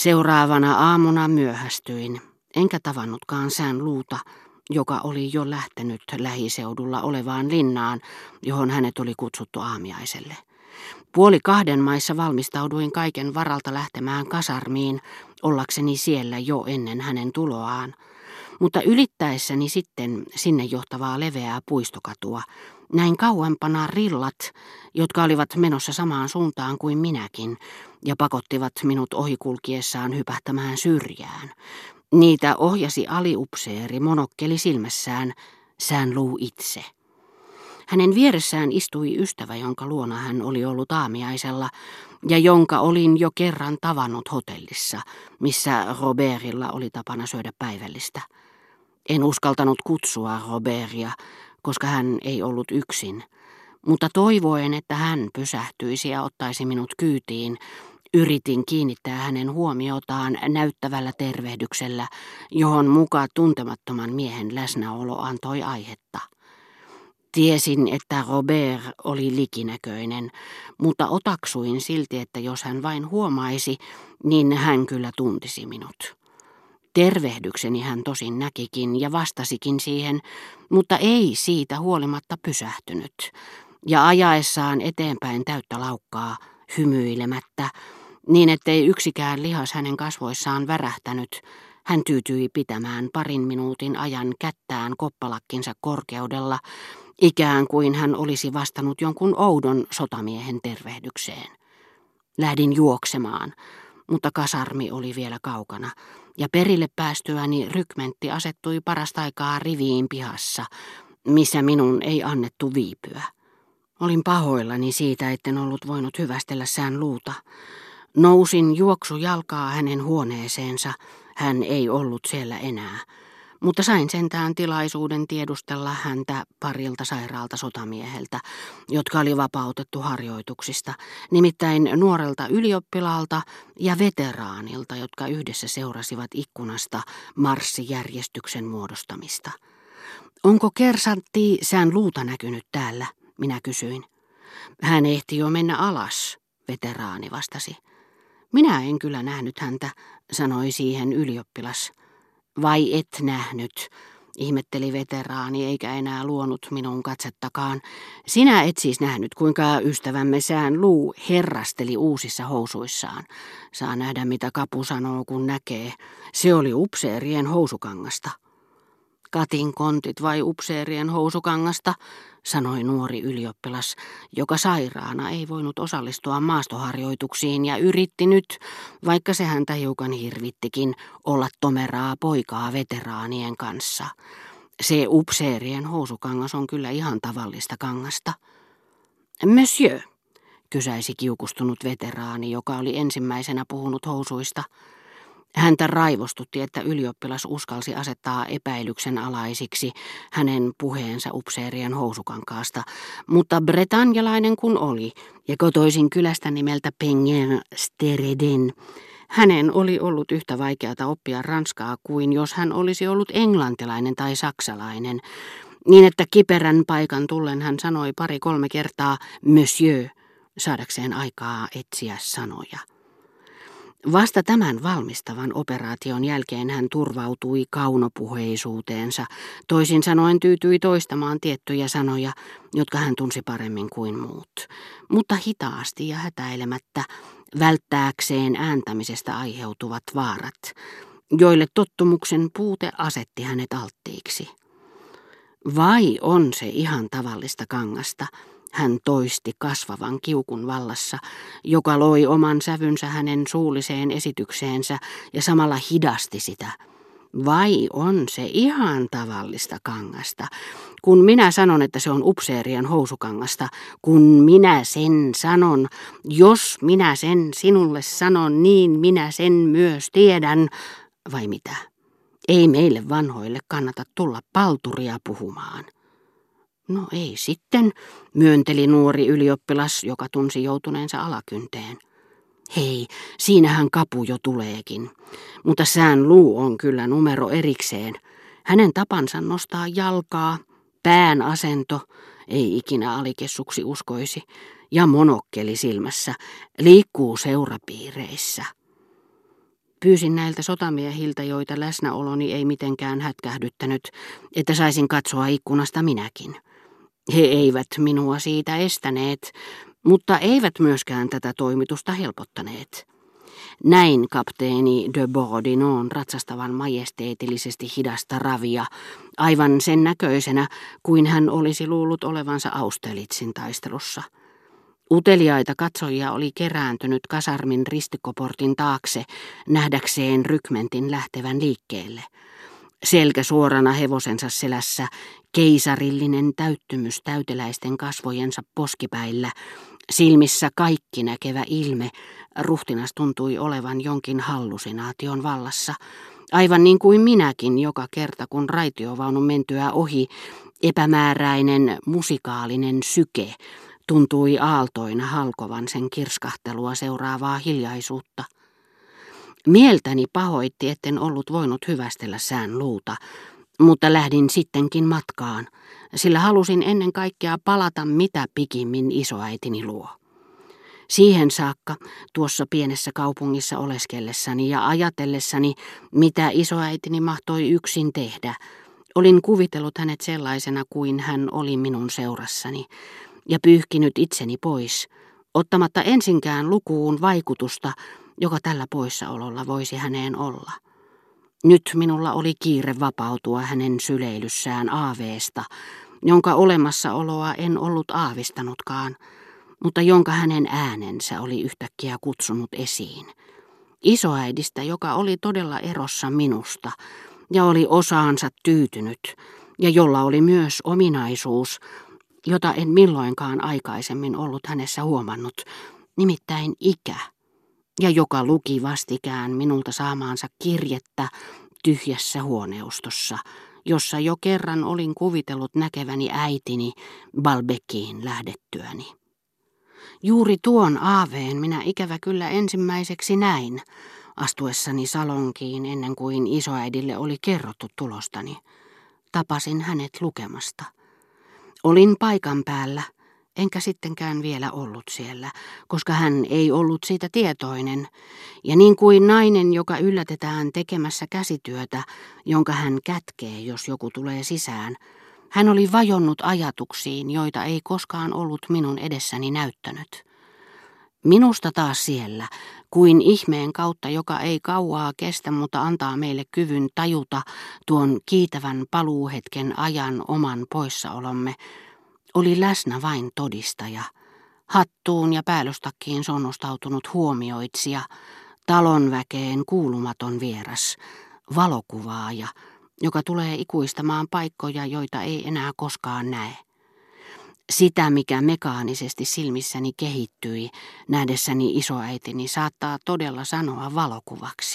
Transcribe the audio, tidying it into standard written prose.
Seuraavana aamuna myöhästyin, enkä tavannutkaan Saint-Louta, joka oli jo lähtenyt lähiseudulla olevaan linnaan, johon hänet oli kutsuttu aamiaiselle. 1:30 maissa valmistauduin kaiken varalta lähtemään kasarmiin, ollakseni siellä jo ennen hänen tuloaan. Mutta ylittäessäni sitten sinne johtavaa leveää puistokatua, näin kauempana rillat, jotka olivat menossa samaan suuntaan kuin minäkin, ja pakottivat minut ohikulkiessaan hypähtämään syrjään. Niitä ohjasi aliupseeri monokkeli silmässään, Saint-Lou itse. Hänen vieressään istui ystävä, jonka luona hän oli ollut aamiaisella, ja jonka olin jo kerran tavannut hotellissa, missä Robertilla oli tapana syödä päivällistä. En uskaltanut kutsua Robertia, koska hän ei ollut yksin, mutta toivoen, että hän pysähtyisi ja ottaisi minut kyytiin, yritin kiinnittää hänen huomiotaan näyttävällä tervehdyksellä, johon muka tuntemattoman miehen läsnäolo antoi aihetta. Tiesin, että Robert oli likinäköinen, mutta otaksuin silti, että jos hän vain huomaisi, niin hän kyllä tuntisi minut. Tervehdykseni hän tosin näkikin ja vastasikin siihen, mutta ei siitä huolimatta pysähtynyt, ja ajaessaan eteenpäin täyttä laukkaa, hymyilemättä, niin ettei yksikään lihas hänen kasvoissaan värähtänyt, hän tyytyi pitämään 2 minuutin ajan kättään koppalakkinsa korkeudella, ikään kuin hän olisi vastannut jonkun oudon sotamiehen tervehdykseen. Lähdin juoksemaan, mutta kasarmi oli vielä kaukana, ja perille päästyäni rykmentti asettui parasta aikaa riviin pihassa, missä minun ei annettu viipyä. Olin pahoillani siitä, etten ollut voinut hyvästellä Saint-Louta. Nousin juoksujalkaa hänen huoneeseensa, hän ei ollut siellä enää, mutta sain sentään tilaisuuden tiedustella häntä parilta sairaalta sotamieheltä, jotka oli vapautettu harjoituksista, nimittäin nuorelta ylioppilaalta ja veteraanilta, jotka yhdessä seurasivat ikkunasta marssijärjestyksen muodostamista. Onko kersantti Saint-Louta näkynyt täällä? Minä kysyin. Hän ehti jo mennä alas, veteraani vastasi. Minä en kyllä nähnyt häntä, sanoi siihen ylioppilas. Vai et nähnyt, ihmetteli veteraani eikä enää luonut minun katsettakaan. Sinä et siis nähnyt, kuinka ystävämme Saint-Lou herrasteli uusissa housuissaan. Saa nähdä, mitä Kapu sanoo, kun näkee. Se oli upseerien housukangasta. Katin kontit vai upseerien housukangasta, sanoi nuori ylioppilas, joka sairaana ei voinut osallistua maastoharjoituksiin ja yritti nyt, vaikka se häntä hiukan hirvittikin, olla tomeraa poikaa veteraanien kanssa. Se upseerien housukangas on kyllä ihan tavallista kangasta. Monsieur, kysäisi kiukustunut veteraani, joka oli ensimmäisenä puhunut housuista. Häntä raivostutti, että ylioppilas uskalsi asettaa epäilyksen alaisiksi hänen puheensa upseerien housukankaasta, mutta bretanjalainen kun oli ja kotoisin kylästä nimeltä Pengen-Stereden, hänen oli ollut yhtä vaikeata oppia ranskaa kuin jos hän olisi ollut englantilainen tai saksalainen, niin että kiperän paikan tullen hän sanoi 2-3 kertaa monsieur saadakseen aikaa etsiä sanoja. Vasta tämän valmistavan operaation jälkeen hän turvautui kaunopuheisuuteensa, toisin sanoen tyytyi toistamaan tiettyjä sanoja, jotka hän tunsi paremmin kuin muut, mutta hitaasti ja hätäilemättä välttääkseen ääntämisestä aiheutuvat vaarat, joille tottumuksen puute asetti hänet alttiiksi. Vai on se ihan tavallista kangasta? Hän toisti kasvavan kiukun vallassa, joka loi oman sävynsä hänen suulliseen esitykseensä ja samalla hidasti sitä. Vai on se ihan tavallista kangasta? Kun minä sanon, että se on upseerien housukangasta, kun minä sen sanon, jos minä sen sinulle sanon, niin minä sen myös tiedän, vai mitä? Ei meille vanhoille kannata tulla palturia puhumaan. No ei sitten, myönteli nuori ylioppilas, joka tunsi joutuneensa alakynteen. Hei, siinähän Kapu jo tuleekin, mutta Saint-Lou on kyllä numero erikseen. Hänen tapansa nostaa jalkaa, pään asento, ei ikinä alikessuksi uskoisi, ja monokkeli silmässä, liikkuu seurapiireissä. Pyysin näiltä sotamiehiltä, joita läsnäoloni ei mitenkään hätkähdyttänyt, että saisin katsoa ikkunasta minäkin. He eivät minua siitä estäneet, mutta eivät myöskään tätä toimitusta helpottaneet. Näin kapteeni de Bourdinon ratsastavan majesteetillisesti hidasta ravia, aivan sen näköisenä, kuin hän olisi luullut olevansa Austerlitzin taistelussa. Uteliaita katsojia oli kerääntynyt kasarmin ristikoportin taakse nähdäkseen rykmentin lähtevän liikkeelle. Selkä suorana hevosensa selässä, keisarillinen täyttymys täyteläisten kasvojensa poskipäillä, silmissä kaikki näkevä ilme, ruhtinas tuntui olevan jonkin hallusinaation vallassa, aivan niin kuin minäkin joka kerta kun raitiovaunun mentyä ohi, epämääräinen musikaalinen syke tuntui aaltoina halkovan sen kirskahtelua seuraavaa hiljaisuutta. Mieltäni pahoitti, etten ollut voinut hyvästellä sään luuta, mutta lähdin sittenkin matkaan, sillä halusin ennen kaikkea palata mitä pikimmin isoäitini luo. Siihen saakka, tuossa pienessä kaupungissa oleskellessani ja ajatellessani, mitä isoäitini mahtoi yksin tehdä, olin kuvitellut hänet sellaisena kuin hän oli minun seurassani, ja pyyhkinyt itseni pois, ottamatta ensinkään lukuun vaikutusta, joka tällä poissaololla voisi häneen olla. Nyt minulla oli kiire vapautua hänen syleilyssään aaveesta, jonka olemassaoloa en ollut aavistanutkaan, mutta jonka hänen äänensä oli yhtäkkiä kutsunut esiin. Isoäidistä, joka oli todella erossa minusta ja oli osaansa tyytynyt ja jolla oli myös ominaisuus, jota en milloinkaan aikaisemmin ollut hänessä huomannut, nimittäin ikä, ja joka luki vastikään minulta saamaansa kirjettä tyhjässä huoneustossa, jossa jo kerran olin kuvitellut näkeväni äitini Balbecquiin lähdettyäni. Juuri tuon aaveen minä ikävä kyllä ensimmäiseksi näin, astuessani salonkiin ennen kuin isoäidille oli kerrottu tulostani. Tapasin hänet lukemasta. Olin paikan päällä, enkä sittenkään vielä ollut siellä, koska hän ei ollut siitä tietoinen, ja niin kuin nainen, joka yllätetään tekemässä käsityötä, jonka hän kätkee, jos joku tulee sisään, hän oli vajonnut ajatuksiin, joita ei koskaan ollut minun edessäni näyttänyt. Minusta taas siellä, kuin ihmeen kautta, joka ei kauaa kestä, mutta antaa meille kyvyn tajuta tuon kiitävän paluuhetken ajan oman poissaolomme, oli läsnä vain todistaja, hattuun ja päällystakkiin sonnustautunut huomioitsija, talonväkeen kuulumaton vieras, valokuvaaja, joka tulee ikuistamaan paikkoja, joita ei enää koskaan näe. Sitä, mikä mekaanisesti silmissäni kehittyi, nähdessäni isoäitini, saattaa todella sanoa valokuvaksi.